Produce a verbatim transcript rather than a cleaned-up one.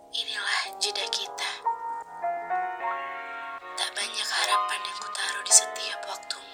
Inilah jeda kita. Tak banyak harapan yang kutaruh di setiap waktumu.